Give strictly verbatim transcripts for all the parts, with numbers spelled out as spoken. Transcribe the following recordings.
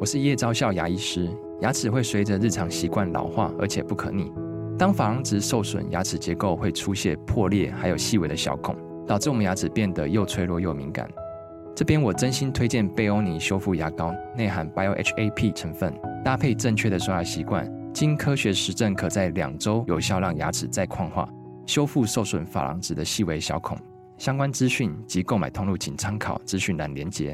我是叶昭孝牙医师。牙齿会随着日常习惯老化，而且不可逆。当珐琅质受损，牙齿结构会出现破裂，还有细微的小孔，导致我们牙齿变得又脆弱又敏感。这边我真心推荐贝欧尼修复牙膏，内含 B I O H A P 成分，搭配正确的刷牙习惯，经科学实证可在两周有效让牙齿再矿化，修复受损珐琅质的细微小孔。相关资讯及购买通路请参考资讯栏连结。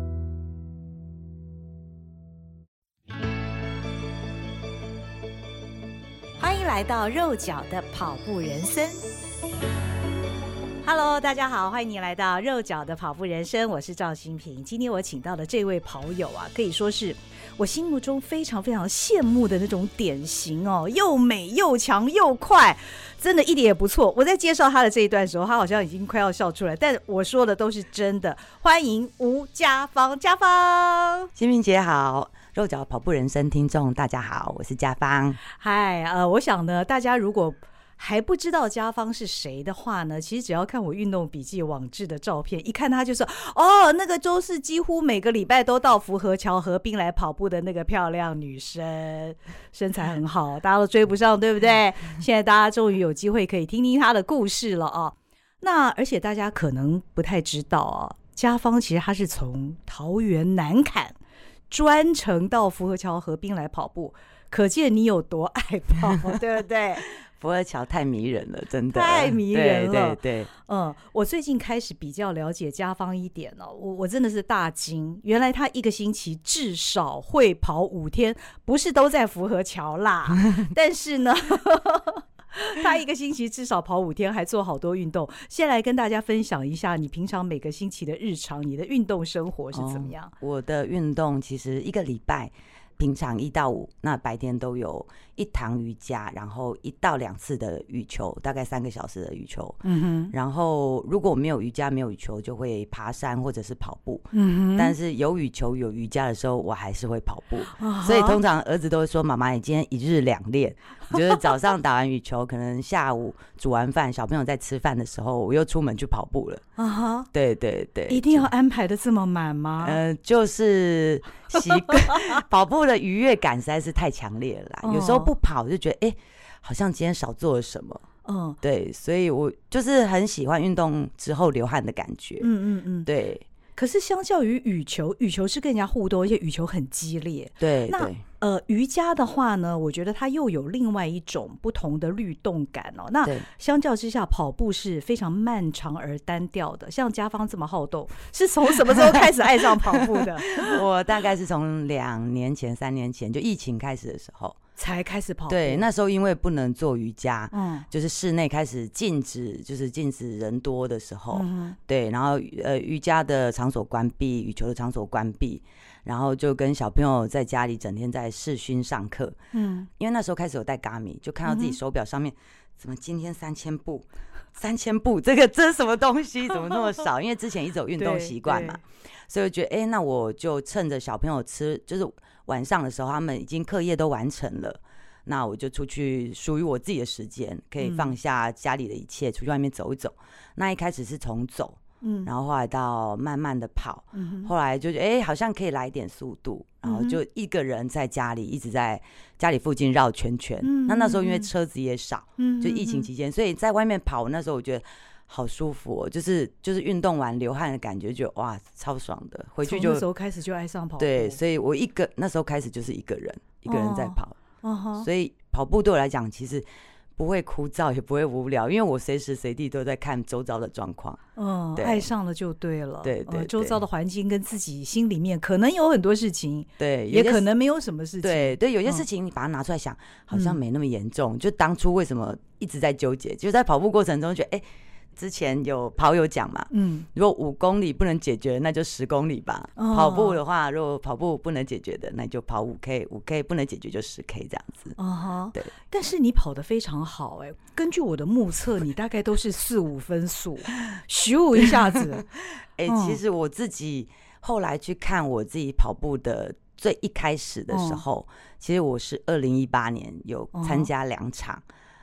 欢迎来到肉脚的跑步人生。Hello， 大家好，欢迎你来到肉脚的跑步人生，我是赵心屏。今天我请到的这位跑友啊，可以说是我心目中非常非常羡慕的那种典型哦，又美又强又快，真的一点也不错。我在介绍他的这一段的时候，他好像已经快要笑出来，但我说的都是真的。欢迎吴家芳，家芳， 心屏姐好。肉脚跑步人生听众大家好，我是家芳。 嗨，呃，我想呢，大家如果还不知道家芳是谁的话呢，其实只要看我运动笔记网志的照片，一看他就是哦，那个都是几乎每个礼拜都到福和桥河滨来跑步的那个漂亮女生，身材很好，大家都追不上，对不对？现在大家终于有机会可以听听她的故事了啊。那而且大家可能不太知道啊，家芳其实她是从桃园南崁专程到福和桥河滨来跑步，可见你有多爱跑，对不对？ 福和桥太迷人了，真的太迷人了。 对对对， 嗯，我最近开始比较了解家芳一点哦，我我真的是大惊，原来他一个星期至少会跑五天，不是都在福和桥啦，但是呢。他一个星期至少跑五天，还做好多运动。先来跟大家分享一下你平常每个星期的日常，你的运动生活是怎么样？ 哦、我的运动其实一个礼拜，平常一到五，那白天都有一堂瑜伽，然后一到两次的羽球，大概三个小时的羽球。嗯哼。然后如果没有瑜伽没有羽球，就会爬山或者是跑步。嗯哼。但是有羽球有瑜伽的时候，我还是会跑步。Uh-huh. 所以通常儿子都会说：“妈妈，你今天一日两练。”就是早上打完羽球，可能下午煮完饭，小朋友在吃饭的时候，我又出门去跑步了。啊哈，对对对， 一定要安排的这么满吗？ 呃，就是习惯跑步的愉悦感实在是太强烈了啦。哦、有时候不跑就觉得，哎、欸，好像今天少做了什么。嗯，对，所以我就是很喜欢运动之后流汗的感觉。嗯嗯嗯，对。 可是相较于羽球，羽球是跟人家互动，而且羽球很激烈。 对， 那对呃瑜伽的话呢，我觉得它又有另外一种不同的律动感哦。那相较之下，跑步是非常漫长而单调的。像家芳这么好动，是从什么时候开始爱上跑步的？ 我大概是从两年前、三年前就疫情开始的时候。 才开始跑步。 对，那时候因为不能做瑜伽，嗯，就是室内开始禁止，就是禁止人多的时候，嗯、对，然后呃瑜伽的场所关闭，羽球的场所关闭，然后就跟小朋友在家里整天在视讯上课，嗯，因为那时候开始有带 Garmin， 就看到自己手表上面、嗯、怎么今天三千步，三千步，这个这是什么东西？怎么那么少？因为之前一直有运动习惯嘛，所以我觉得，哎、欸，那我就趁着小朋友吃，就是。晚上的时候，他们已经课业都完成了，那我就出去属于我自己的时间，可以放下家里的一切，出去外面走一走。那一开始是从走，嗯，然后后来到慢慢的跑，嗯、后来就觉得哎、欸，好像可以来一点速度，然后就一个人在家里一直在家里附近绕圈圈。嗯、那那时候因为车子也少，嗯、就疫情期间，所以在外面跑，那时候我觉得。好舒服哦，就是就是运动完流汗的感觉，就哇超爽的。回去就从那时候开始就爱上跑步。 对，所以我一个那时候开始就是一个人，一个人在跑，哦、所以跑步对我来讲其实不会枯燥，也不会无聊，因为我随时随地都在看周遭的状况。 嗯，爱上了就对了。 对 对, 对、呃， 周遭的环境跟自己心里面可能有很多事情， 对， 也可能没有什么事情。 对对，有些事情你把它拿出来想，嗯、好像没那么严重。嗯、就当初为什么一直在纠结，就在跑步过程中觉得哎。欸之前有跑友讲嘛，嗯，如果五公里不能解决，那就十公里吧。哦、跑步的话，如果跑步不能解决的，那就跑五 K， 五 K 不能解决就十 K 这样子。 哦， 对。 但是你跑得非常好哎、欸，根据我的目测，你大概都是四五分速，咻一下子。 哎、欸，其实我自己后来去看我自己跑步的最一开始的时候，哦、其实我是二零一八年有参加两场。哦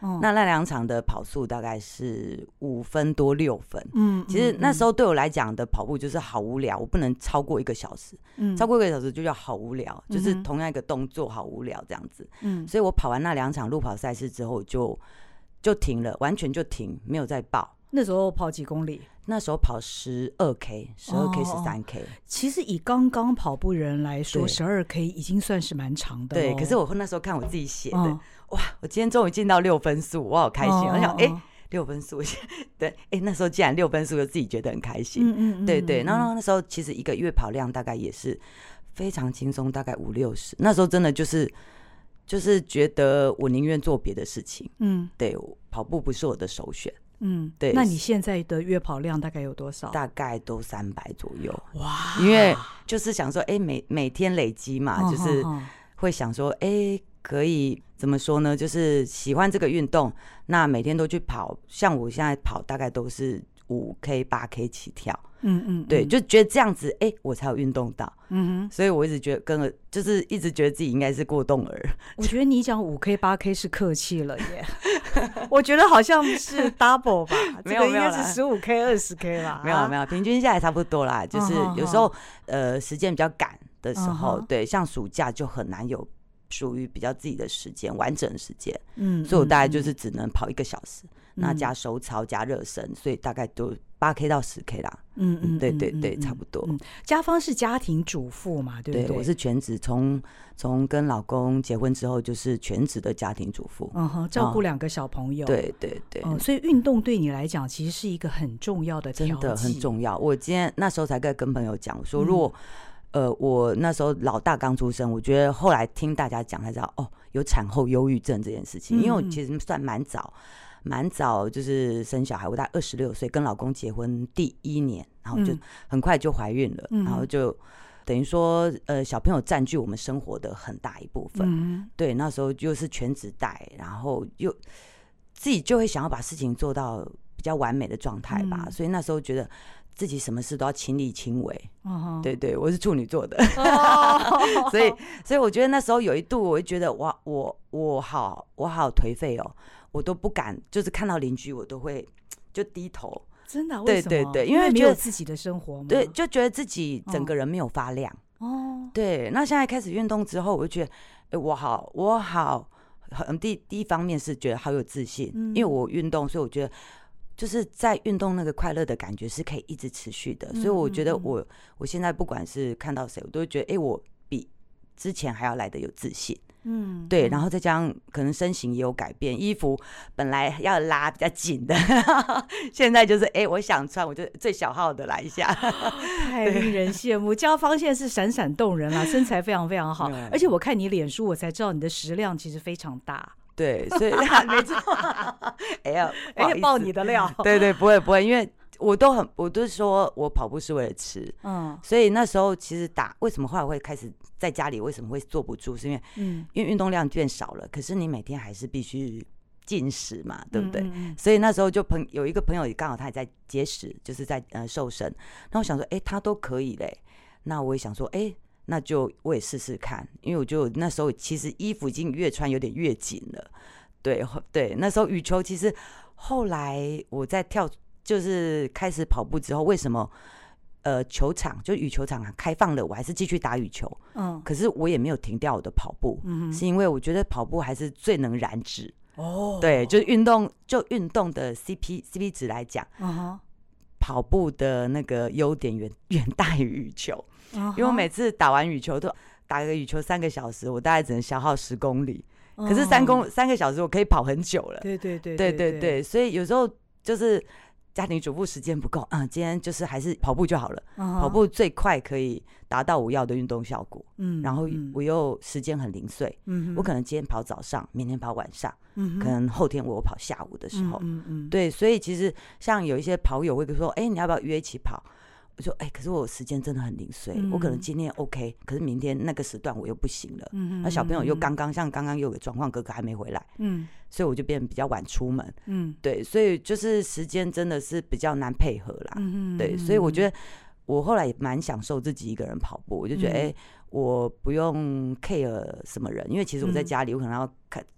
哦、那那两场的跑速大概是五分多六分。嗯，其实那时候对我来讲的跑步就是好无聊，我不能超过一个小时。嗯，超过一个小时就叫好无聊，嗯、就是同样一个动作好无聊这样子。嗯，所以我跑完那两场路跑赛事之后就就停了，完全就停，没有再报。 那时候跑几公里？ 那时候跑十二 K， 十二 K、十三 K。 其实以刚刚跑步人来说，十二 K 已经算是蛮长的、哦。 对，可是我那时候看我自己写的，哦、哇，我今天终于进到六分速，我好开心。哦、我想，哎、欸，六分速，对，哎、欸，那时候既然六分速，就自己觉得很开心。嗯嗯嗯对对，然后那时候其实一个月跑量大概也是非常轻松，大概五六十。那时候真的就是就是觉得我宁愿做别的事情。嗯，对，跑步不是我的首选。 嗯，对。那你现在的月跑量大概有多少？ 大概都三百左右。哇！因为就是想说，哎、欸，每每天累积嘛，哦、就是会想说，哎、欸，可以怎么说呢？就是喜欢这个运动，那每天都去跑。像我现在跑，大概都是五 K、八 K 起跳。嗯嗯，对，就觉得这样子，哎、欸，我才有运动到。嗯哼，所以我一直觉得跟就是一直觉得自己应该是过动儿。 我觉得你讲五 K、八 K 是客气了耶。我觉得好像是 double 吧， 没有这个应该是十五 K、二十 K 吧。 没有没有，平均下来差不多啦。就是有时候、uh huh. 呃时间比较赶的时候， uh huh. 对，像暑假就很难有属于比较自己的时间，完整的时间。嗯，所以我大概就是只能跑一个小时，嗯、那加收操加热身，所以大概都八 K 到十 K 啦。嗯嗯，对对对，嗯、差不多。嗯， 家芳是家庭主妇嘛，对不对？ 对，我是全职，从从跟老公结婚之后就是全职的家庭主妇。 嗯哼，照顾两个小朋友。 哦、对对对、 嗯，所以运动对你来讲其实是一个很重要的调剂， 真的很重要。我今天那时候才跟朋友讲，我说如果、嗯、呃我那时候老大刚出生，我觉得后来听大家讲才知道哦，有产后忧郁症这件事情，嗯、因为我其实算蛮早。蛮早就是生小孩，我大概二十六岁跟老公结婚第一年，然后就很快就怀孕了，嗯、然后就等于说呃小朋友占据我们生活的很大一部分。嗯、对，那时候就是全职带，然后又自己就会想要把事情做到比较完美的状态吧，嗯、所以那时候觉得自己什么事都要亲力亲为。Uh-huh. 对对，我是处女座的。Oh. 所以所以我觉得那时候有一度我会觉得哇我我好我好颓废哦，我都不敢，就是看到邻居我都会就低头。 真的、啊？为什么？ 对对对， 因为没有自己的生活吗？ 对，就觉得自己整个人没有发亮。哦，对。那现在开始运动之后，我就觉得，哎，我好，我好，第第一方面是觉得好有自信，嗯、因为我运动，所以我觉得就是在运动那个快乐的感觉是可以一直持续的。嗯、所以我觉得我我现在不管是看到谁，我都会觉得，哎，我比之前还要来得有自信。嗯，对，然后再加上可能身形也有改变，衣服本来要拉比较紧的，现在就是哎、欸，我想穿我就最小号的来一下， 太令人羡慕。家芳现在是闪闪动人啦，身材非常非常好，而且我看你脸书，我才知道你的食量其实非常大。 对，所以没错，哎呀， 哎呀，爆你的料， 对对，不会不会，因为。我都很，我都说我跑步是为了吃，嗯，所以那时候其实打为什么后来会开始在家里为什么会坐不住，是因为，嗯，因为运动量变少了，可是你每天还是必须进食嘛，对不对？嗯嗯嗯，所以那时候就朋有一个朋友刚好他也在节食，就是在呃瘦身，然后我想说，哎、欸，他都可以嘞，那我也想说，哎、欸，那就我也试试看，因为我就那时候其实衣服已经越穿有点越紧了，对对，那时候羽球其实后来我在跳。就是开始跑步之后，为什么呃球场就羽球场啊开放了，我还是继续打羽球，嗯，可是我也没有停掉我的跑步，嗯，是因为我觉得跑步还是最能燃脂哦，对，就是运动就运动的 C P C P 值来讲，嗯哼，跑步的那个优点远远大于羽球，嗯，因为我每次打完羽球都打个羽球三个小时，我大概只能消耗十公里，嗯，可是三公三个小时我可以跑很久了， 对对对对对 对, 对, 对，所以有时候就是家庭主妇时间不够，嗯，今天就是还是跑步就好了，uh-huh. 跑步最快可以达到我要的运动效果，嗯，然后我又时间很零碎，嗯，我可能今天跑早上，明天跑晚上，嗯，可能后天我跑下午的时候，嗯嗯，对，所以其实像有一些跑友会说，哎、欸，你要不要约一起跑？我说，哎、欸，可是我时间真的很零碎，嗯，我可能今天 OK， 可是明天那个时段我又不行了，嗯，那小朋友又刚刚像刚刚又有个状况，哥哥还没回来，嗯，所以我就变得比较晚出门，嗯，对，所以就是时间真的是比较难配合啦，嗯，对，所以我觉得我后来也蛮享受自己一个人跑步，我就觉得，哎、嗯欸，我不用 care 什么人，因为其实我在家里我可能要看。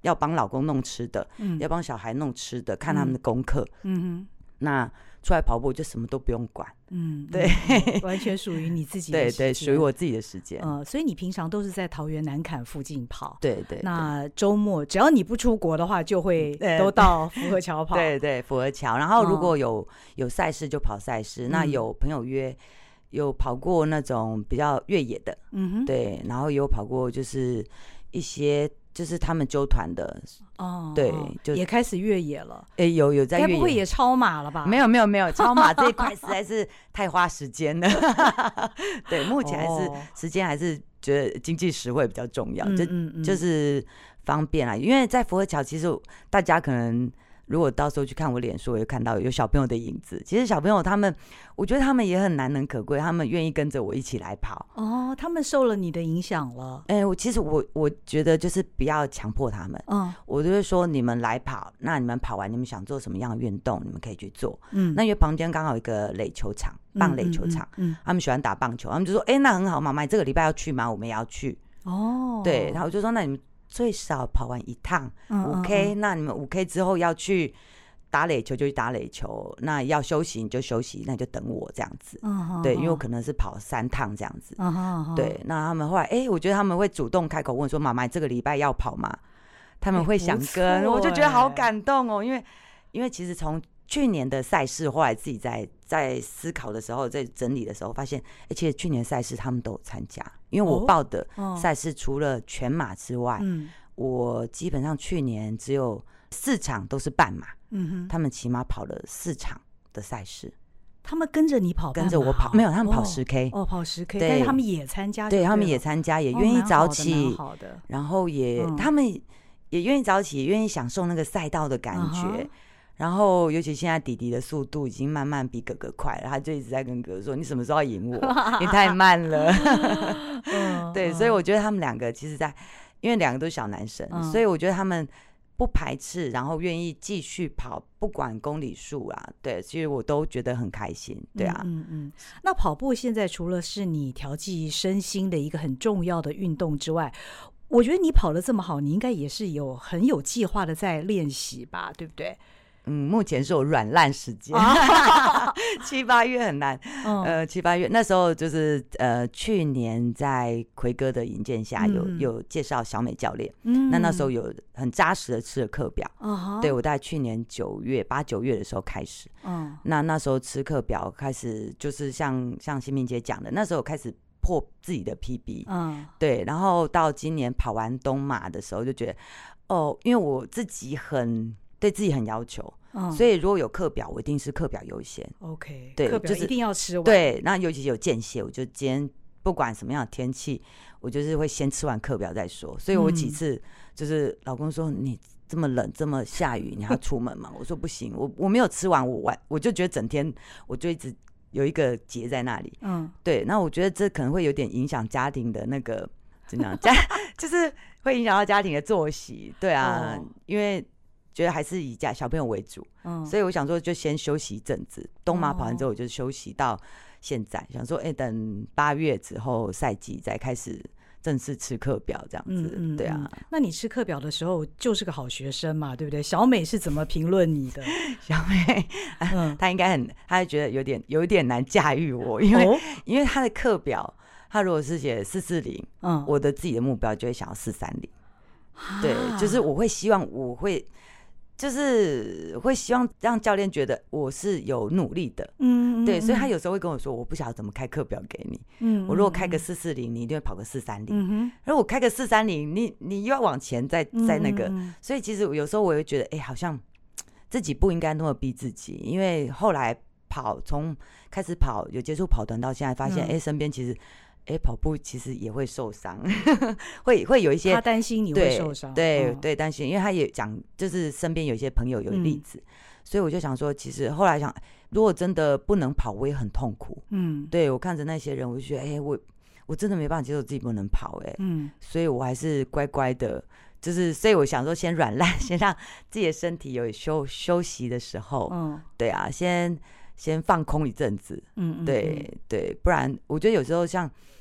要帮老公弄吃的，嗯，要帮小孩弄吃的，看他们的功课，嗯哼，那出来跑步就什么都不用管，嗯，对， 嗯、完全属于你自己的时间， 对对，属于我自己的时间， 呃，所以你平常都是在桃园南崁附近跑， 对 对, 对， 那周末只要你不出国的话，就会都到福和桥跑， 对对，福和桥，然后如果有、嗯、有赛事就跑赛事，那有朋友约。有跑过那种比较越野的，嗯哼，对，然后有跑过就是一些就是他们纠团的，哦，对，就也开始越野了， 哎、欸，有有在越野， 该不会也超马了吧？ 没有没有没有，超马这一块实在是太花时间了，对，目前还是、哦、时间还是觉得经济实惠比较重要，嗯嗯嗯，就就是方便啦，因为在福和桥，其实大家可能。如果到时候去看我脸书，我会看到有小朋友的影子。其实小朋友他们，我觉得他们也很难能可贵，他们愿意跟着我一起来跑。 哦，他们受了你的影响了。 哎、欸，我其实我我觉得就是不要强迫他们。嗯，我就会说你们来跑，那你们跑完，你们想做什么样的运动，你们可以去做。嗯，那因为旁边刚好有一个垒球场，棒垒球场，嗯, 嗯, 嗯，他们喜欢打棒球，他们就说，哎、欸，那很好，妈妈，你这个礼拜要去吗？我们也要去。哦，对，然后我就说，那你们。最少跑完一趟五 K， 那你们五 K 之后要去打垒球就去打垒球，那要休息你就休息，那你就等我这样子。Uh-huh. 对，因为我可能是跑三趟这样子。Uh-huh. 对，那他们后来，哎、欸，我觉得他们会主动开口问说：“妈妈，这个礼拜要跑吗？”他们会想跟，欸、我就觉得好感动哦。因为，因为其实从去年的赛事，后来自己在在思考的时候，在整理的时候，发现，而且去年赛事他们都有参加。因为我报的赛事除了全马之外、哦，我基本上去年只有四场都是半马，嗯哼，他们起码跑了四场的赛事。 他们跟着你跑半马， 跟着我跑，没有，他们跑十 K， 哦，哦跑十 K， 但是他们也参加， 对，他们也参加，也愿意早起， 好的，好的然后也、嗯、他们也愿意早起，也愿意享受那个赛道的感觉。Uh-huh然后，尤其现在弟弟的速度已经慢慢比哥哥快了，他就一直在跟哥哥说：“你什么时候要赢我？你太慢了。嗯”对，所以我觉得他们两个其实在，因为两个都是小男生、嗯，所以我觉得他们不排斥，然后愿意继续跑，不管公里数啊，对，其实我都觉得很开心，对啊。 嗯 嗯, 嗯。那跑步现在除了是你调剂身心的一个很重要的运动之外，我觉得你跑得这么好，你应该也是有很有计划的在练习吧，对不对？ 嗯，目前是有软烂时间，啊、七八月很难。嗯、呃，七八月那时候就是呃，去年在奎哥的引荐下有、嗯，有介绍小美教练。嗯，那那时候有很扎实的吃了课表。嗯，对我大概去年九月八九月的时候开始。嗯，那那时候吃课表开始就是像像新明姐讲的，那时候开始破自己的 P B。嗯，对，然后到今年跑完东马的时候就觉得，哦，因为我自己很。对自己很要求、嗯，所以如果有课表，我一定是课表优先。 OK， 对， 课表一定要吃完。 就是、对，那尤其是有间歇，我就今天不管什么样的天气，我就是会先吃完课表再说。所以我几次就是老公说、嗯、你这么冷这么下雨，你还要出门吗？我说不行，我我没有吃完，我完我就觉得整天我就一直有一个结在那里。嗯，对，那我觉得这可能会有点影响家庭的那个怎么样，家就是会影响到家庭的作息。对啊，哦、因为。觉得还是以家小朋友为主、嗯，所以我想说就先休息一阵子。东马跑完之后，我就休息到现在，哦、想说，哎、欸，等八月之后赛季再开始正式吃课表这样子。嗯嗯、对啊， 那你吃课表的时候就是个好学生嘛，对不对？小美是怎么评论你的？ 小美，嗯，她应该很，她觉得有点有一点难驾驭我，因为、哦、因为她的课表，她如果是写四四零，嗯，我的自己的目标就会想要四三零。对，就是我会希望我会。就是会希望让教练觉得我是有努力的，嗯，对，所以他有时候会跟我说，我不晓得怎么开课表给你，嗯，我如果开个四四零，你一定会跑个四三零，嗯，如果我开个四三零，你你又要往前再再那个，嗯，所以其实有时候我会觉得，哎、欸，好像自己不应该那么逼自己，因为后来跑从开始跑有接触跑团到现在，发现哎、嗯欸，身边其实。哎、欸，跑步其实也会受伤，会会有一些他担心你会受伤， 对对、哦、对，担心，因为他也讲，就是身边有一些朋友有例子、嗯，所以我就想说，其实后来想，如果真的不能跑，我也很痛苦，嗯，对我看着那些人，我就觉得，哎、欸，我我真的没办法接受自己不能跑、欸，哎，嗯，所以我还是乖乖的，就是所以我想说，先软烂，先让自己的身体有休休息的时候，嗯，对啊，先先放空一阵子，嗯，对嗯对，不然我觉得有时候像。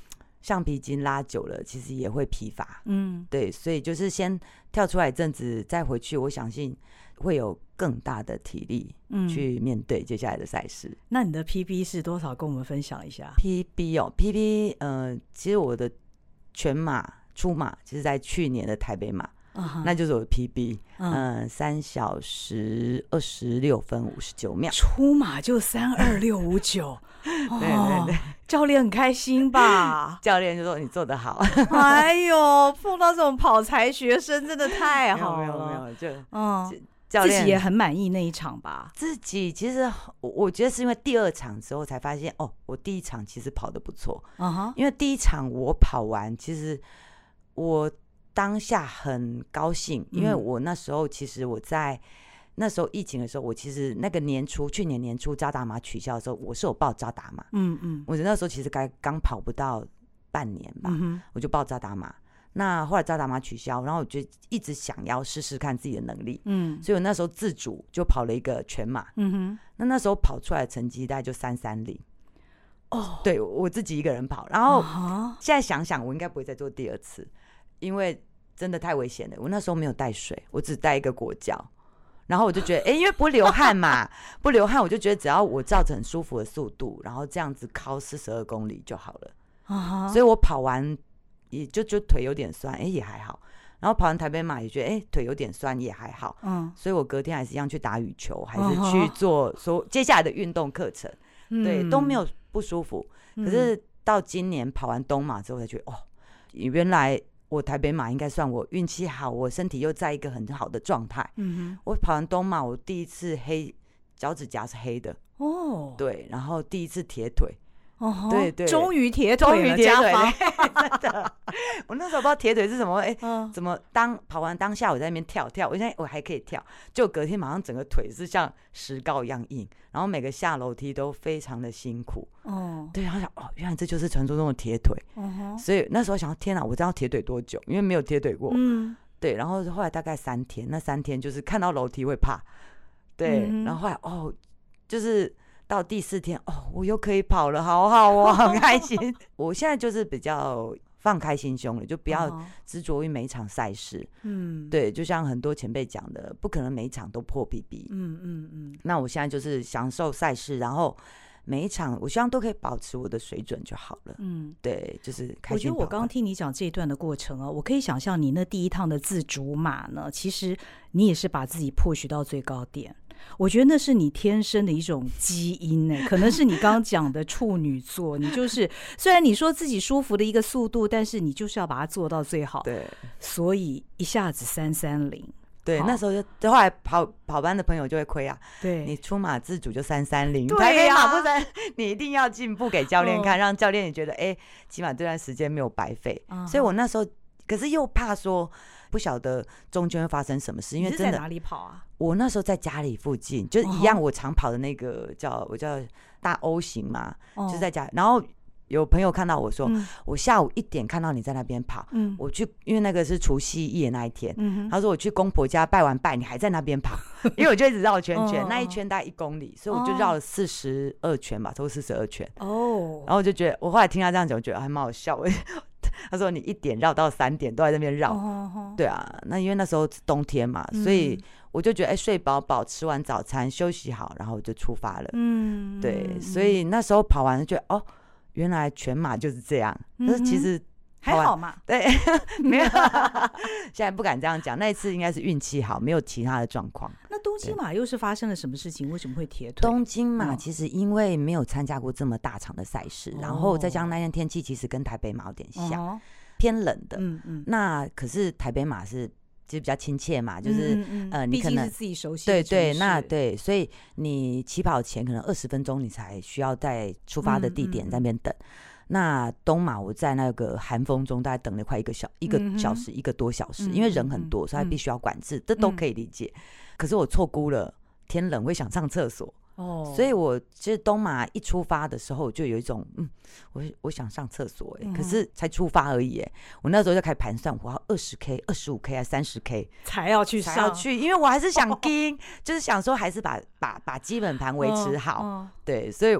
橡皮筋拉久了，其实也会疲乏。 嗯， 对，所以就是先跳出来一阵子，再回去，我相信会有更大的体力去面对接下来的赛事。嗯、 那你的 P B 是多少？跟我们分享一下。 P B 哦 ，P B 呃，其实我的全马出马，其实在去年的台北马。Uh-huh. 那就是我的 P B， 嗯，三、呃、小时二十六分五十九秒， 出马就三二六五九， 对对对， 教练很开心吧？ 教练就说你做得好， 哎呦，碰到这种跑才学生真的太好了， 没有没有没有，就嗯，教练自己也很满意那一场吧？ 自己其实我我觉得是因为第二场之后才发现，哦，我第一场其实跑得不错，嗯哼，因为第一场我跑完，其实我。当下很高兴，因为我那时候其实我在那时候疫情的时候，我其实那个年初去年年初扎达马取消的时候，我是有报扎达马，嗯嗯，我那时候其实刚刚跑不到半年吧，嗯、我就报扎达马。那后来扎达马取消，然后我就一直想要试试看自己的能力，嗯，所以我那时候自主就跑了一个全马，嗯哼，那那时候跑出来的成绩大概就三三零。哦，对我自己一个人跑，然后现在想想，我应该不会再做第二次。因为真的太危险了，我那时候没有带水，我只带一个果胶，然后我就觉得，哎、欸，因为不流汗嘛，不流汗，我就觉得只要我照着很舒服的速度，然后这样子靠四十二公里就好了。Uh-huh. 所以我跑完也就就腿有点酸，哎、欸，也还好。然后跑完台北马也觉得，哎、欸，腿有点酸也还好。嗯，所以我隔天还是一样去打羽球，还是去做所接下来的运动课程， uh-huh. 对，都没有不舒服。嗯、可是到今年跑完东马之后，才觉得，哦，原来。我台北马应该算我运气好，我身体又在一个很好的状态。嗯哼，我跑完东马，我第一次黑脚趾甲是黑的哦，对，然后第一次铁腿，哦，对对， 终于铁腿了，终于铁腿了， 真的。我那时候不知道铁腿是什么，哎、欸嗯，怎么当跑完当下我在那边跳跳，我现在我还可以跳，就隔天马上整个腿是像石膏一样硬，然后每个下楼梯都非常的辛苦。哦，对，然后想哦，原来这就是传说中的铁腿。嗯、所以那时候想，天哪，我知道铁腿多久？因为没有铁腿过。嗯，对，然后后来大概三天，那三天就是看到楼梯会怕，对，嗯、然后后来哦，就是到第四天哦，我又可以跑了，好好哦，很开心。我现在就是比较放开心胸了，就不要执着于每一场赛事。嗯，对，就像很多前辈讲的，不可能每一场都破 P B。嗯嗯嗯。那我现在就是享受赛事，然后每一场我希望都可以保持我的水准就好了。嗯，对，就是开心跑。 我觉得我刚刚听你讲这一段的过程啊，我可以想象你那第一趟的自主马呢，其实你也是把自己 push 到最高点。我觉得那是你天生的一种基因呢、欸，可能是你刚刚讲的处女座，你就是虽然你说自己舒服的一个速度，但是你就是要把它做到最好。对，所以一下子三三零。 对，那时候就后来跑跑班的朋友就会亏啊。对，你出马自主就三三零，对呀、啊，马不三，你一定要进步给教练看，嗯、让教练也觉得，哎、欸，起码这段时间没有白费、嗯。所以我那时候，可是又怕说不晓得中间会发生什么事，因为真的。 你是在哪里跑啊？ 我那时候在家里附近，就是一样，我常跑的那个叫我叫大 O 型嘛，哦、就是在家，然后。有朋友看到我说、嗯，我下午一点看到你在那边跑、嗯，我去，因为那个是除夕夜那一天、嗯，他说我去公婆家拜完拜，你还在那边跑，因为我就一直绕圈圈，哦、那一圈大概一公里，所以我就绕了四十二圈吧，都四十二圈。哦，然后我就觉得，我后来听他这样讲，我觉得还蛮好笑。他说你一点绕到三点都在那边绕、哦，对啊，那因为那时候冬天嘛，嗯、所以我就觉得，哎、欸，睡饱饱，吃完早餐，休息好，然后我就出发了。嗯，对，所以那时候跑完就觉得，哦。原来全马就是这样，可是其实还好嘛。 对，没有，现在不敢这样讲。那一次应该是运气好，没有其他的状况。 那东京马又是发生了什么事情？为什么会铁腿？ 东京马其实因为没有参加过这么大场的赛事，哦、然后再加上那天天气其实跟台北马有点像，哦、偏冷的。嗯嗯。那可是台北马是。其实比较亲切嘛，就是、嗯嗯、呃，你可能毕竟是自己熟悉的对对，那对，所以你起跑前可能二十分钟你才需要在出发的地点在那边等。嗯嗯、那东马我在那个寒风中大概等了快一个小一个小时、嗯、一个多小时、嗯，因为人很多，所以必须要管制，嗯、这都可以理解。可是我错估了天冷会想上厕所。哦，所以我其实东马一出发的时候就有一种嗯，我我想上厕所哎、欸嗯，可是才出发而已哎、欸，我那时候就开始盘算，我要二十 K、二十五 K 还是三十 K 才要去上， 才要去，因为我还是想跟、哦，就是想说还是把把把基本盘维持好、哦哦，对，所以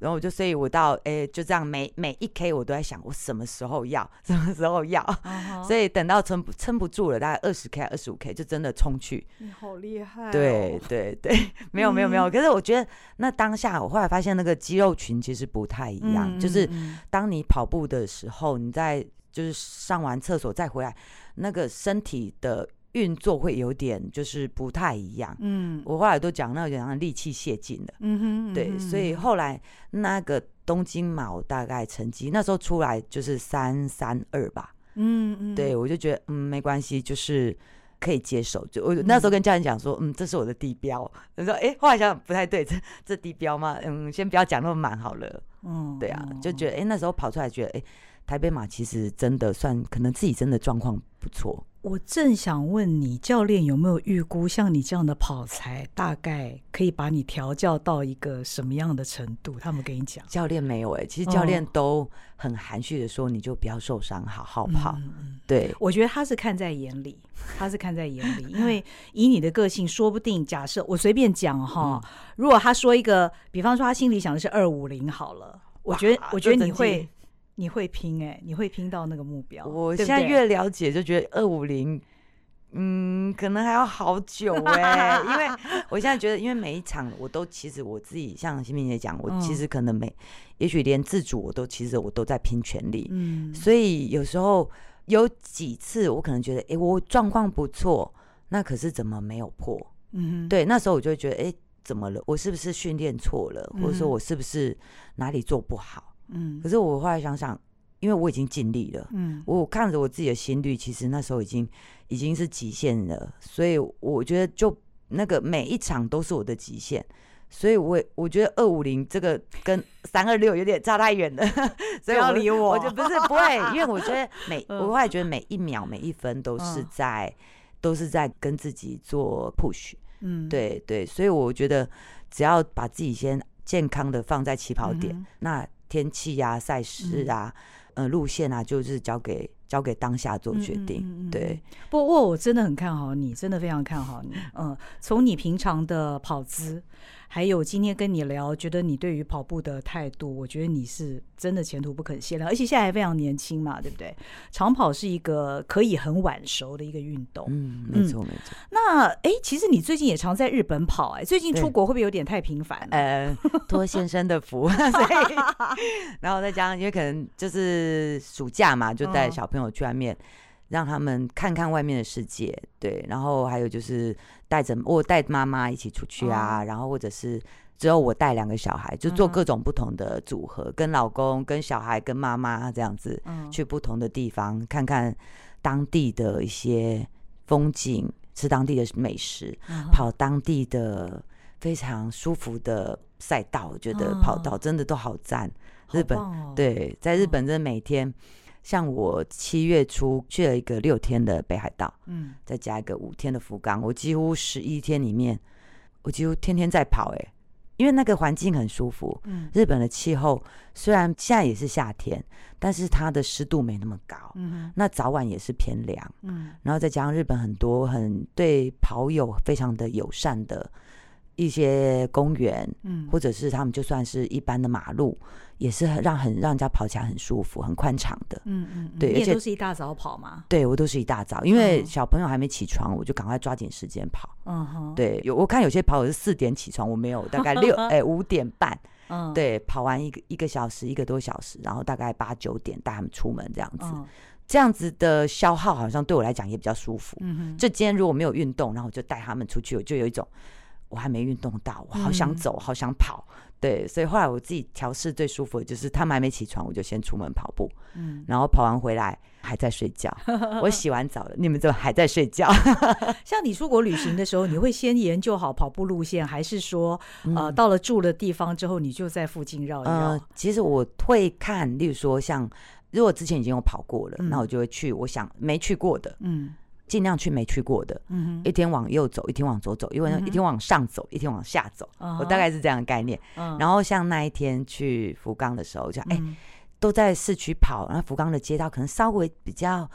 然后我就所以我到哎、欸、就这样每每一 K 我都在想我什么时候要什么时候要， uh-huh. 所以等到撑不撑不住了，大概二十 K 二十五 K 就真的冲去。 你好厉害、哦！ 对对对，没有没有没有、嗯，可是我觉得那当下我后来发现那个肌肉群其实不太一样，嗯、就是当你跑步的时候，你在就是上完厕所再回来，那个身体的运作会有点就是不太一样。嗯，我后来都讲那有点像力气泄尽了。嗯哼，对，所以后来那个东京马我大概成绩那时候出来就是三三二吧。嗯嗯，对，我就觉得嗯没关系，就是可以接受。就我那时候跟教练讲说，嗯，这是我的地标。他说，哎、欸，后来想想不太对，这这地标吗？嗯，先不要讲那么满好了。嗯，对啊，就觉得哎、欸，那时候跑出来觉得哎。欸台北马其实真的算可能自己真的状况不错。 我正想问你，教练有没有预估像你这样的跑才大概可以把你调教到一个什么样的程度？他们跟你讲？ 教练没有哎、欸，其实教练都很含蓄的说，你就不要受伤，好好跑。嗯、对， 我觉得他是看在眼里，他是看在眼里，因为以你的个性，说不定假设我随便讲哈、嗯，如果他说一个，比方说他心里想的是二五零好了，我觉得我觉得你会。你会拼哎、欸，你会拼到那个目标。 我现在越了解，就觉得二五零，嗯，可能还要好久哎、欸，因为我现在觉得，因为每一场我都其实我自己像新平姐讲，我其实可能每，嗯、也许连自主我都其实我都在拼全力，嗯，所以有时候有几次我可能觉得，哎、欸，我状况不错，那可是怎么没有破？嗯，对，那时候我就会觉得，哎、欸，怎么了？我是不是训练错了，或者说我是不是哪里做不好？嗯，可是我后来想想，因为我已经尽力了，嗯，我看着我自己的心率，其实那时候已经已经是极限了，所以我觉得就那个每一场都是我的极限，所以我我觉得二五零这个跟三二六有点差太远了，所以我不要理我， 我就不是不会，因为我觉得每我后来觉得每一秒每一分都是在、嗯、都是在跟自己做 push， 嗯，对对，所以我觉得只要把自己先健康的放在起跑点，嗯、那。天气啊，赛事啊，嗯、呃，路线啊，就是交给交给当下做决定。嗯嗯嗯对， 不过我真的很看好你，真的非常看好你。嗯，从你平常的跑姿，还有今天跟你聊，觉得你对于跑步的态度，我觉得你是真的前途不可限量，而且现在还非常年轻嘛，对不对？长跑是一个可以很晚熟的一个运动。 嗯，没错、嗯、没错。 那哎，其实你最近也常在日本跑、哎，最近出国会不会有点太频繁？ 呃，托先生的福，所以然后再加上因为可能就是暑假嘛，就带小朋友去外面。嗯让他们看看外面的世界，对，然后还有就是带着我带妈妈一起出去啊、哦，然后或者是只有我带两个小孩，就做各种不同的组合，嗯、跟老公、跟小孩、跟妈妈这样子、嗯、去不同的地方看看当地的一些风景，吃当地的美食，嗯、跑当地的非常舒服的赛道，我觉得跑道真的都好赞。 哦、 日本、 哦、 对，在日本真的每天。嗯像我七月初去了一个六天的北海道，嗯，再加一个五天的福冈，我几乎十一天里面，我几乎天天在跑、欸，哎，因为那个环境很舒服。嗯，日本的气候虽然现在也是夏天，但是它的湿度没那么高，嗯，那早晚也是偏凉，嗯，然后再加上日本很多很对跑友非常的友善的一些公园，嗯，或者是他们就算是一般的马路。也是让很让人家跑起来很舒服、很宽敞的， 嗯嗯， 对， 你也都是一大早跑吗？ 对，我都是一大早，因为小朋友还没起床，我就赶快抓紧时间跑。嗯哼，对，有我看有些跑友是四点起床，我没有，大概六哎五点半，嗯，对，跑完一个一个小时一个多小时，然后大概八九点带他们出门这样子，嗯、这样子的消耗好像对我来讲也比较舒服。嗯哼，就今天如果没有运动，然后我就带他们出去，我就有一种我还没运动到，我好想走，嗯、好想跑。对，所以后来我自己调试最舒服的就是他们还没起床，我就先出门跑步，嗯，然后跑完回来还在睡觉。我洗完澡了，你们怎么还在睡觉？ 像你出国旅行的时候，你会先研究好跑步路线，还是说，呃，到了住的地方之后，你就在附近绕一绕？呃， 其实我会看，例如说像，如果之前已经有跑过了，嗯、那我就会去我想没去过的，嗯。尽量去没去过的，嗯、一天往右走，一天往左走，因为一天往上走，一天往下走，嗯、我大概是这样的概念。嗯、然后像那一天去福冈的时候，就哎、嗯欸，都在市区跑，然后福冈的街道可能稍微比较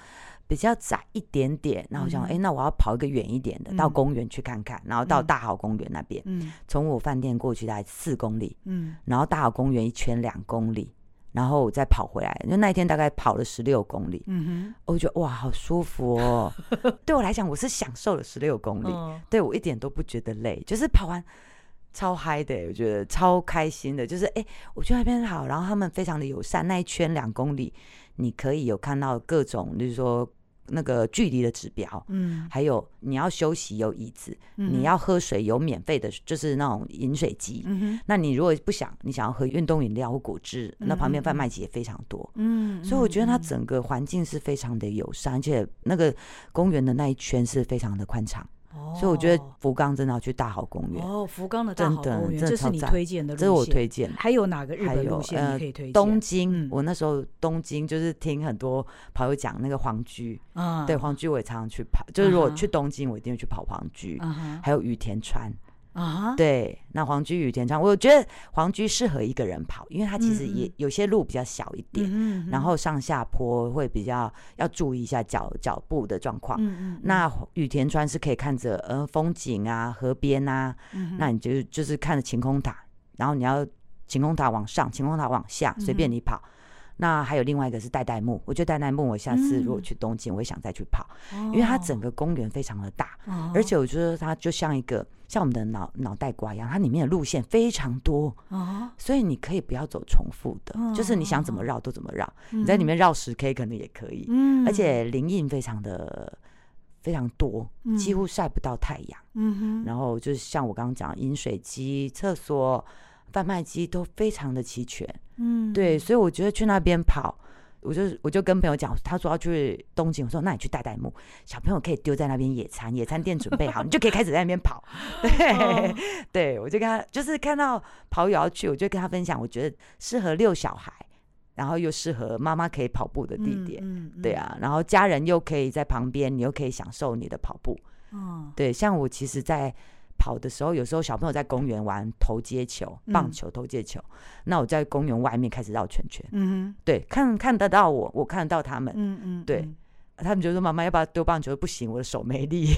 比较窄一点点，然后我想哎、嗯欸，那我要跑一个远一点的、嗯、到公园去看看，然后到大好公园那边，从、嗯、我饭店过去大概四公里，嗯，然后大好公园一圈两公里，然后我再跑回来，就那一天大概跑了十六公里，嗯哼，我觉得哇好舒服哦对我来讲我是享受了十六公里、哦、对我一点都不觉得累，就是跑完超嗨的，我觉得超开心的，就是哎、欸，我觉得那边好，然后他们非常的友善，那一圈两公里你可以有看到各种就是说那个距离的指标，嗯，还有你要休息有椅子、嗯、你要喝水有免费的就是那种饮水机、嗯、那你如果不想你想要喝运动饮料或果汁、嗯、那旁边贩卖机也非常多，嗯，所以我觉得它整个环境是非常的友善，而且那个公园的那一圈是非常的宽敞，哦、所以我觉得福冈真的要去大好公园哦，福冈的大好公园，这是你推荐的路线， 这是我推荐。 还有哪个日本路线你可以推荐？ 东京、嗯，我那时候东京就是听很多跑友讲那个皇居，嗯，对，皇居我也常常去跑，就是如果去东京，我一定会去跑皇居，嗯、还有羽田川。啊、uh-huh. 对，那皇居羽田川，我觉得皇居适合一个人跑，因为它其实也有些路比较小一点，嗯嗯，然后上下坡会比较要注意一下脚脚步的状况。嗯嗯，那羽田川是可以看着呃风景啊、河边啊，嗯、那你就就是看着晴空塔，然后你要晴空塔往上，晴空塔往下，随便你跑。嗯，那还有另外一个是代代木，我觉得代代木我下次如果去东京我会想再去跑、嗯、因为它整个公园非常的大、哦、而且我觉得它就像一个像我们的脑脑袋瓜一样，它里面的路线非常多、哦、所以你可以不要走重复的、哦、就是你想怎么绕都怎么绕、嗯、你在里面绕 十 K 可能也可以、嗯、而且林荫非常的非常多、嗯、几乎晒不到太阳、嗯、然后就是像我刚刚讲饮水机、厕所、贩卖机都非常的齐全，嗯，对，所以我觉得去那边跑，我就我就跟朋友讲，他说要去东京，我说那你去代代木，小朋友可以丢在那边野餐，野餐垫准备好，你就可以开始在那边跑。对、哦，对，我就跟他就是看到跑友要去，我就跟他分享，我觉得适合遛小孩，然后又适合妈妈可以跑步的地点，嗯嗯嗯、对啊，然后家人又可以在旁边，你又可以享受你的跑步。哦，对，像我其实，在跑的时候，有时候小朋友在公园玩投接球、棒球、投接球、嗯，那我在公园外面开始绕圈圈。嗯，对，看看得到我，我看得到他们。嗯嗯，对，嗯、他们就说妈妈要不要丢棒球？不行，我的手没力。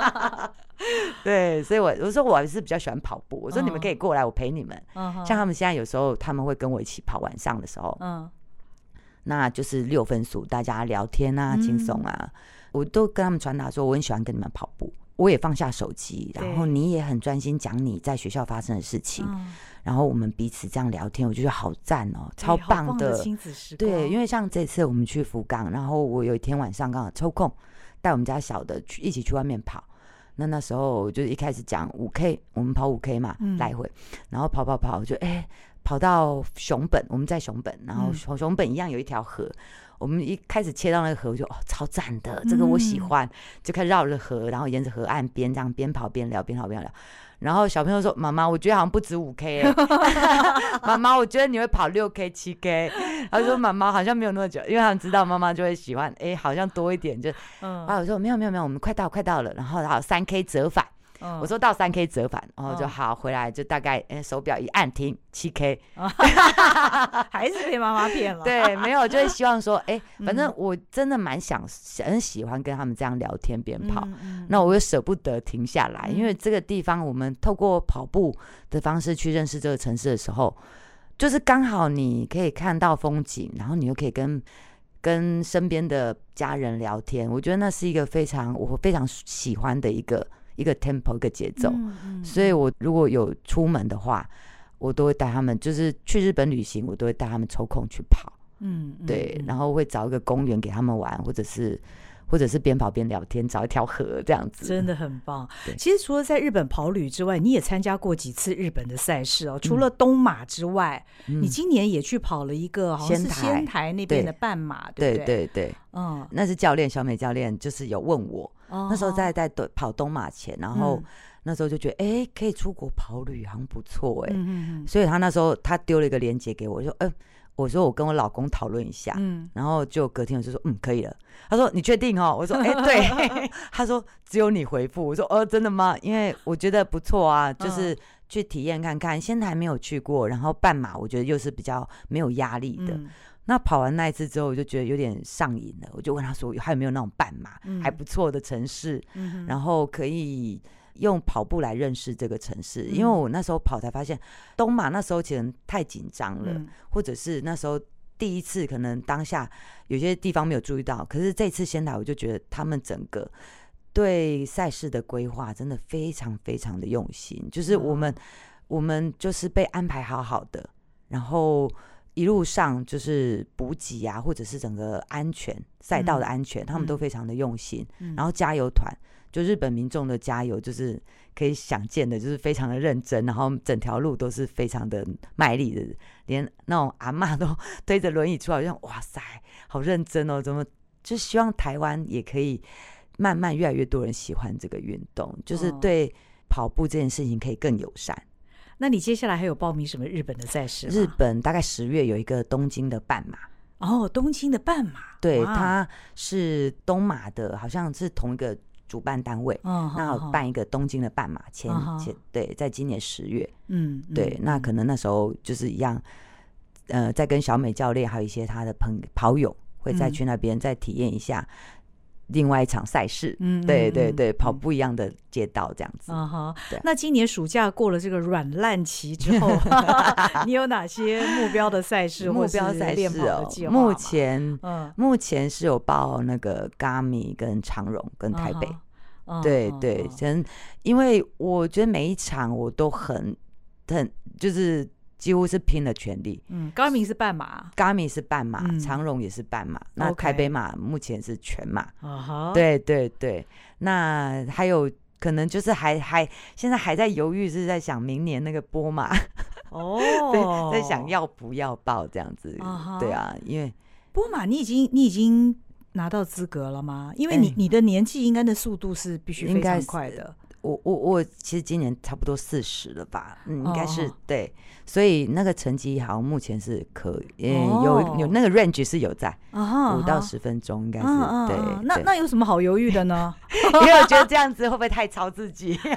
对，所以我我说我还是比较喜欢跑步。我说你们可以过来，我陪你们。嗯、像他们现在有时候他们会跟我一起跑，晚上的时候，嗯，那就是六分速，大家聊天啊，轻松啊、嗯，我都跟他们传达说我很喜欢跟你们跑步。我也放下手机，然后你也很专心讲你在学校发生的事情、嗯、然后我们彼此这样聊天，我觉得好赞哦，超棒的亲子时光。 对，因为像这次我们去福冈，然后我有一天晚上刚好抽空带我们家小的去一起去外面跑，那那时候就一开始讲 五 K， 我们跑 五 K 嘛、嗯、来回，然后跑跑跑就哎、欸、跑到熊本，我们在熊本，然后熊本一样有一条河、嗯，我们一开始切到那个河，我就哦超赞的，这个我喜欢、嗯，就开始绕着河，然后沿着河岸边这样边跑边聊，边跑边聊。然后小朋友说：“妈妈，我觉得好像不止五 K 哎、欸，妈妈，我觉得你会跑六 K、七 K。”他说：“妈妈好像没有那么久，因为他们知道妈妈就会喜欢，哎，好像多一点就。”嗯，啊，我說：“没有沒有沒有，我們快到快到了。”然後然後三 K 折返。嗯、我說到三 K 折返，然後就好回來，就大概、欸、手錶一按停七 K，、哦、 還是被媽媽騙了。 對，沒有，就會希望說，哎、欸，反正我真的蠻想很喜歡跟他們這樣聊天邊跑、嗯嗯，那我又捨不得停下來、嗯，因為這個地方我們透過跑步的方式去認識這個城市的時候，就是剛好你可以看到風景，然後你又可以跟跟身邊的家人聊天，我覺得那是一個非常我非常喜歡的一個。一個 tempo 一個節奏、嗯嗯，所以我如果有出門的話，我都會帶他們，就是去日本旅行，我都會帶他們抽空去跑，嗯，對，嗯、然後會找一個公園給他們玩，或者是或者是邊跑邊聊天，找一條河這樣子， 真的很棒。其實除了在日本跑旅之外，你也參加過幾次日本的賽事哦。除了東馬之外、嗯，你今年也去跑了一個好像是仙台那邊的半馬，對不對？對對對，嗯，那是教練小美教練就是有問我。那時候在在跑東馬前，然後那時候就覺得哎、欸，可以出國跑旅好像不錯哎、欸嗯，所以他那時候他丟了一個鏈接給我，我說嗯、呃，我說我跟我老公討論一下，嗯，然後就隔天我就說嗯可以了，他說你確定哦？我說哎、欸、對，他說只有你回復，我說哦真的嗎？因為我覺得不錯啊，就是去體驗看看，仙台沒有去過，然後半馬我覺得又是比較沒有壓力的。嗯， 那跑完那一次之后，我就觉得有点上瘾了，我就问他说还有没有那种半马、嗯、还不错的城市、嗯、然后可以用跑步来认识这个城市、嗯、因为我那时候跑才发现东马那时候其实太紧张了、嗯、或者是那时候第一次可能当下有些地方没有注意到，可是这次先来我就觉得他们整个对赛事的规划真的非常非常的用心，就是我们、嗯、我们就是被安排好好的，然后一路上就是补给啊或者是整个安全赛道的安全、嗯、他们都非常的用心、嗯、然后加油团就日本民众的加油就是可以想见的就是非常的认真，然后整条路都是非常的卖力的，连那种阿嬷都推着轮椅出来，我就哇塞好认真哦，怎么就希望台湾也可以慢慢越来越多人喜欢这个运动，就是对跑步这件事情可以更友善、哦、 那你接下来还有报名什么日本的赛事吗？ 日本大概十月有一个东京的半马。 哦，东京的半马， 对，它是东马的好像是同一个主办单位、哦、那有办一个东京的半马前、哦、前对，在今年十月，嗯，对、嗯、那可能那时候就是一样呃，在跟小美教练还有一些他的朋跑友会再去那边再体验一下另外一场赛事，嗯，对对对、嗯，跑不一样的街道这样子。 啊哈，那今年暑假过了这个软烂期之后，你有哪些目标的赛事或者是练跑的计划吗？ 目前，嗯，目前是有报那个 Gami 跟长荣跟台北，啊、对、啊、对，真、啊、因为我觉得每一场我都很很就是。几乎是拼了全力。 嗯 ，Garmin 是半马 ，Garmin 是半马，嗯、长荣也是半马。那台北马目前是全马。Uh-huh. 对对对，那还有可能就是还还现在还在犹豫，是在想明年那个波马。哦、oh. 在想要不要报这样子。Uh-huh. 对啊，因为波马你已经你已经拿到资格了吗？因为你、欸、你的年纪应该的速度是必须非常快的。 我我我其实今年差不多四十了吧，嗯，应该是、oh. 对，所以那个成绩好像目前是可以、oh. 有有那个 range 是有在五、uh-huh. 到十分钟应该是、uh-huh. 对, 对， 那那有什么好犹豫的呢？ 因为我觉得这样子会不会太超自己？对，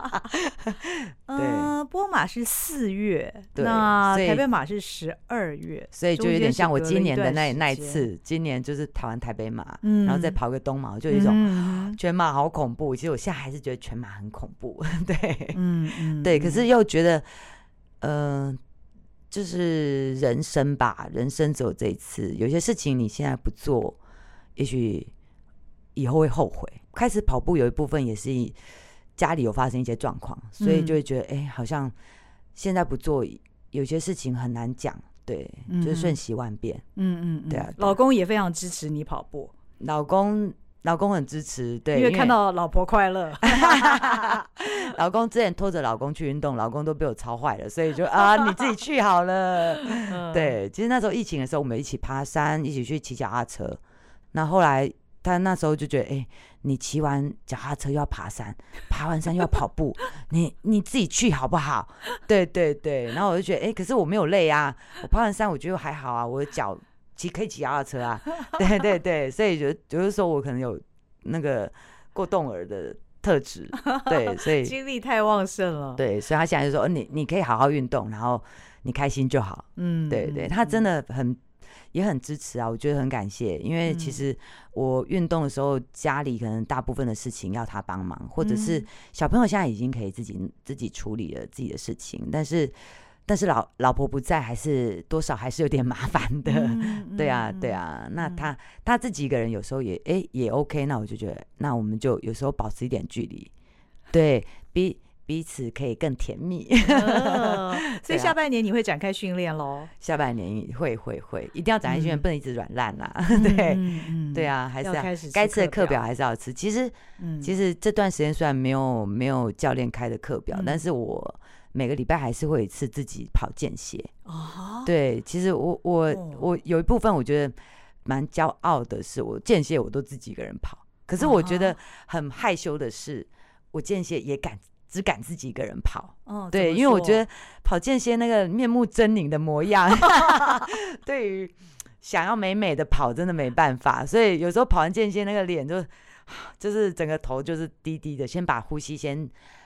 呃，波马是四月，那台北马是十二月， 所以就有点像我今年的那那一次，今年就是跑完台北马、嗯，然后再跑个东马，我就有一种、嗯、全马好恐怖。其实我现在还是觉得全马很恐怖，对，嗯嗯，对，可是又觉得，嗯、呃，就是人生吧，人生只有这一次，有些事情你现在不做，也许以后会后悔。开始跑步有一部分也是家里有发生一些状况，所以就会觉得，哎、嗯欸，好像现在不做，有些事情很难讲，对，嗯、就是瞬息万变， 嗯嗯， 对啊， 老公也非常支持你跑步， 老公。老公很支持，对， 因为看到老婆快乐。 老公之前拖着老公去运动，老公都被我操坏了，所以就啊，你自己去好了。嗯、对，其实那时候疫情的时候，我们一起爬山，一起去骑脚踏车。那后来他那时候就觉得，哎、欸，你骑完脚踏车又要爬山，爬完山又要跑步，你你自己去好不好？对对对。然后我就觉得，哎、欸，可是我没有累啊，我爬完山我觉得还好啊，我的脚。骑可以骑脚踏车啊，对对对，所以就就是说我可能有那个过动儿的特质，对，所以精力太旺盛了， 对，所以他现在就说，你你可以好好运动，然后你开心就好，嗯，对对，他真的很、嗯、也很支持啊，我觉得很感谢，因为其实我运动的时候，家里可能大部分的事情要他帮忙，或者是小朋友现在已经可以自己自己处理了自己的事情，但是。但是老老婆不在，还是多少还是有点麻烦的，嗯、对啊，对啊。那他、嗯、他自己一个人有时候也哎、欸、也 OK， 那我就觉得，那我们就有时候保持一点距离，对，彼彼此可以更甜蜜。 哦、所以下半年你会展开训练咯？ 下半年会会会，一定要展开训练、嗯，不能一直软烂啦。对、嗯嗯，对啊，还是要该吃的课表还是要吃。其实、嗯，其实这段时间虽然没有没有教练开的课表、嗯，但是我。每个礼拜还是会有一次自己跑间歇、哦、对，其实我我、哦、我有一部分我觉得蛮骄傲的是，我间歇我都自己一个人跑，可是我觉得很害羞的是，我间歇也敢只敢自己一个人跑、哦、对，因为我觉得跑间歇那个面目狰狞的模样对于想要美美的跑真的没办法，所以有时候跑完间歇那个脸就就是整个头就是低低的，先把呼吸先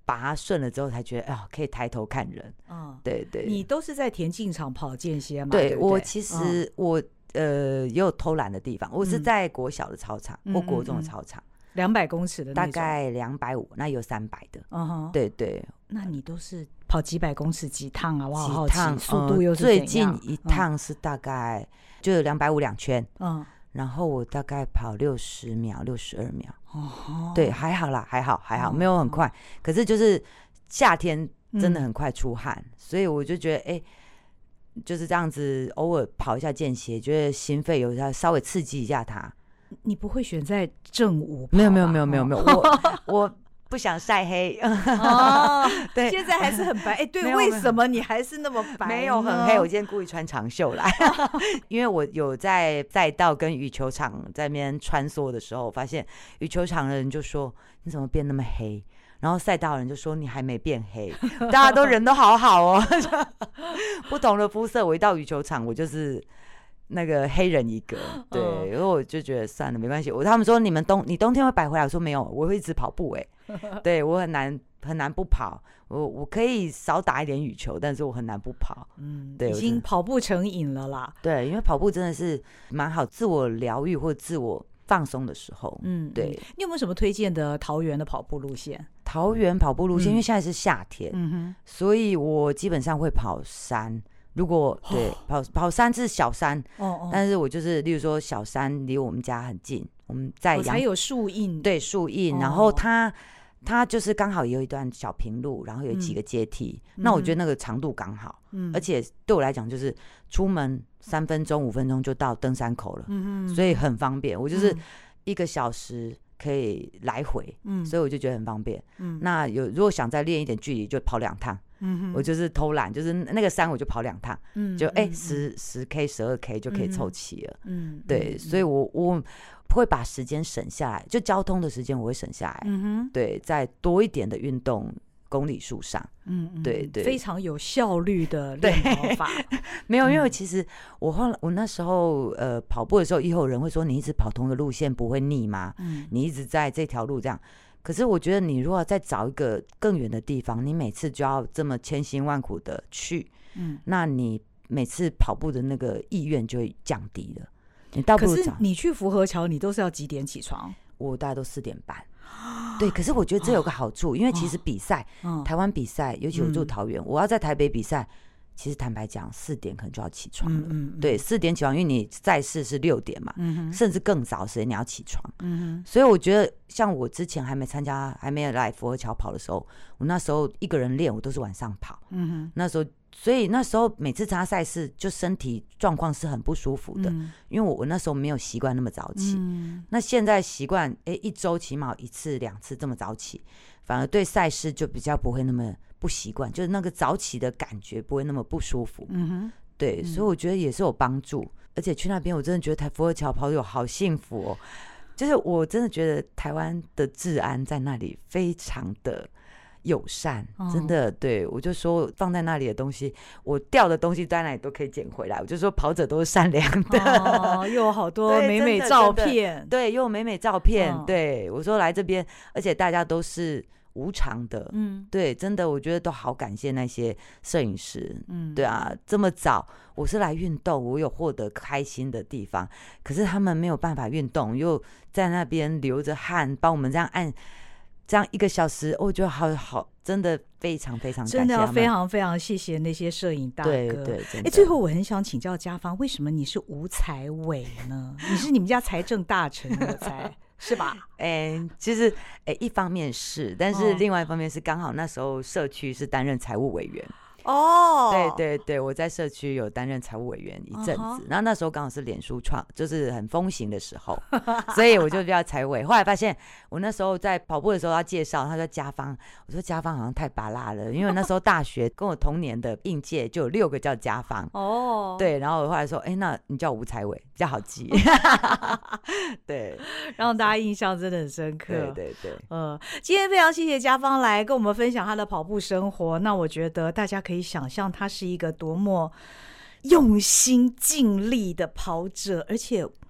把它顺了之后，才觉得啊，可以抬头看人。嗯，对对。 你都是在田径场跑间歇吗？ 对， 对不对我其实、嗯、我呃也有偷懒的地方，我是在国小的操场、嗯、或国中的操场， 两百公尺的那种， 大概两百五，那有三百的。嗯哼，对对。 那你都是跑几百公尺几趟啊？我好好奇，速度又是怎样？最近一趟是大概、嗯、就两百五两圈，嗯，然后我大概跑六十秒，六十二秒。哦，对，还好啦，还好，还好，没有很快。可是就是夏天真的很快出汗，嗯、所以我就觉得，哎、欸，就是这样子，偶尔跑一下间歇，觉得心肺有要稍微刺激一下它。 你不会选在正午？ 没有，没有，没有，没有，没有，我我。不想晒黑哦，对，现在还是很白。哎、欸，对，为什么你还是那么白？ 没有很黑，我今天故意穿长袖来，因为我有在赛道跟羽球场在那边穿梭的时候，我发现羽球场的人就说你怎么变那么黑，然后赛道的人就说你还没变黑，大家都人都好好哦，不同的肤色，我一到羽球场我就是那个黑人一个，对，因为我就觉得算了，没关系。我他们说你们冬你冬天会白回来，我说没有，我会一直跑步哎、欸，对我很难很难不跑，我我可以少打一点羽球，但是我很难不跑，嗯，对， 已经跑步成瘾了啦。 对，因为跑步真的是蛮好，自我疗愈或自我放松的时候，嗯，对。 你有没有什么推荐的桃园的跑步路线？ 桃园跑步路线，嗯、因为现在是夏天，嗯哼，所以我基本上会跑山。如果对、哦、跑跑山是小山，哦哦，但是我就是例如说小山离我们家很近，我们在阳、哦、才有树荫， 对树荫、哦，然后它它就是刚好有一段小平路，然后有几个阶梯，嗯、那我觉得那个长度刚好，嗯，而且对我来讲就是出门三分钟五分钟就到登山口了，嗯嗯，所以很方便，我就是一个小时可以来回，嗯，所以我就觉得很方便，嗯，那有如果想再练一点距离，就跑两趟。嗯、我就是偷懒，就是那个山我就跑两趟，嗯，就哎十十 K 十二 K 就可以凑齐了，嗯，对，嗯、所以我我会把时间省下来，就交通的时间我会省下来，嗯哼，对，再多一点的运动公里数上，嗯嗯，对对， 非常有效率的练跑法， 没有，因为其实我后来我那时候呃跑步的时候，也有人会说你一直跑同一个路线不会腻吗？嗯，你一直在这条路这样。可是我觉得你如果再找一个更远的地方，你每次就要这么千辛万苦的去，嗯，那你每次跑步的那个意愿就会降低了。你倒不如找。 可是你去福和桥，你都是要几点起床？ 我大概都四点半。对，可是我觉得这有个好处，哦、因为其实比赛，哦、台湾比赛，尤其我住桃园，嗯、我要在台北比赛。其实坦白讲，四点可能就要起床了。嗯嗯、对，四点起床，因为你赛事是六点嘛，嗯、甚至更早时间你要起床。嗯、所以我觉得，像我之前还没参加、还没有来福和桥跑的时候，我那时候一个人练，我都是晚上跑。嗯、那时候，所以那时候每次参加赛事，就身体状况是很不舒服的，嗯、因为我我那时候没有习惯那么早起。嗯、那现在习惯，哎，一周起码一次两次这么早起，反而对赛事就比较不会那么。不习惯，就是那个早起的感觉不会那么不舒服，嗯哼，对，嗯、所以我觉得也是有帮助。而且去那边，我真的觉得台福和桥跑友好幸福哦，就是我真的觉得台湾的治安在那里非常的友善，哦、真的，对我就说放在那里的东西，我掉的东西在那里都可以捡回来。我就说跑者都是善良的， 哦，又有好多美美照片， 对，又有美美照片，哦、对我说来这边，而且大家都是。无偿的，嗯，对，真的，我觉得都好感谢那些摄影师，嗯，对啊，这么早，我是来运动，我有获得开心的地方，可是他们没有办法运动，又在那边流着汗，帮我们这样按，这样一个小时，我觉得好好，真的非常非常感谢他们， 真的要非常非常谢谢那些摄影大哥。 对对， 哎，最后我很想请教家芳，为什么你是吴财委呢？你是你们家财政大臣，我猜。是吧？ 哎、欸，其实哎、欸，一方面是，但是另外一方面是刚好那时候社区是担任财务委员。哦，对对对，我在社区有担任财务委员一阵子， uh-huh. 然后那时候刚好是脸书创，就是很风行的时候，所以我就叫财委。后来发现我那时候在跑步的时候要介绍，他说家芳，我说家芳好像太拔辣了，因为那时候大学跟我同年的应届就有六个叫家芳。哦、oh. ，对，然后我后来说，哎、欸，那你叫吴财委比较好记。对， 让大家印象真的很深刻。 对对对， 呃，今天非常谢谢家芳来跟我们分享她的跑步生活。那我觉得大家可以。可以想象他是一个多么用心尽力的跑者，而且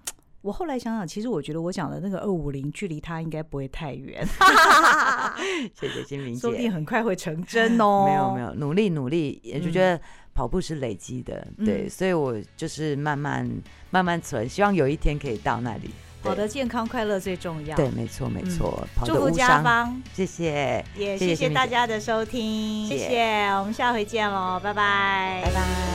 我后来想想，其实我觉得我讲的那个二五零距离他应该不会太远。 谢谢心明姐， 说不定很快会成真哦。 没有没有，努力努力，也就觉得跑步是累积的，嗯、对，所以我就是慢慢慢慢存，希望有一天可以到那里。 好的，健康快乐最重要。 对，没错没错。嗯、跑祝福家芳， 谢谢， 也谢谢大家的收听，谢谢，我们下回见喽，拜拜， 拜拜。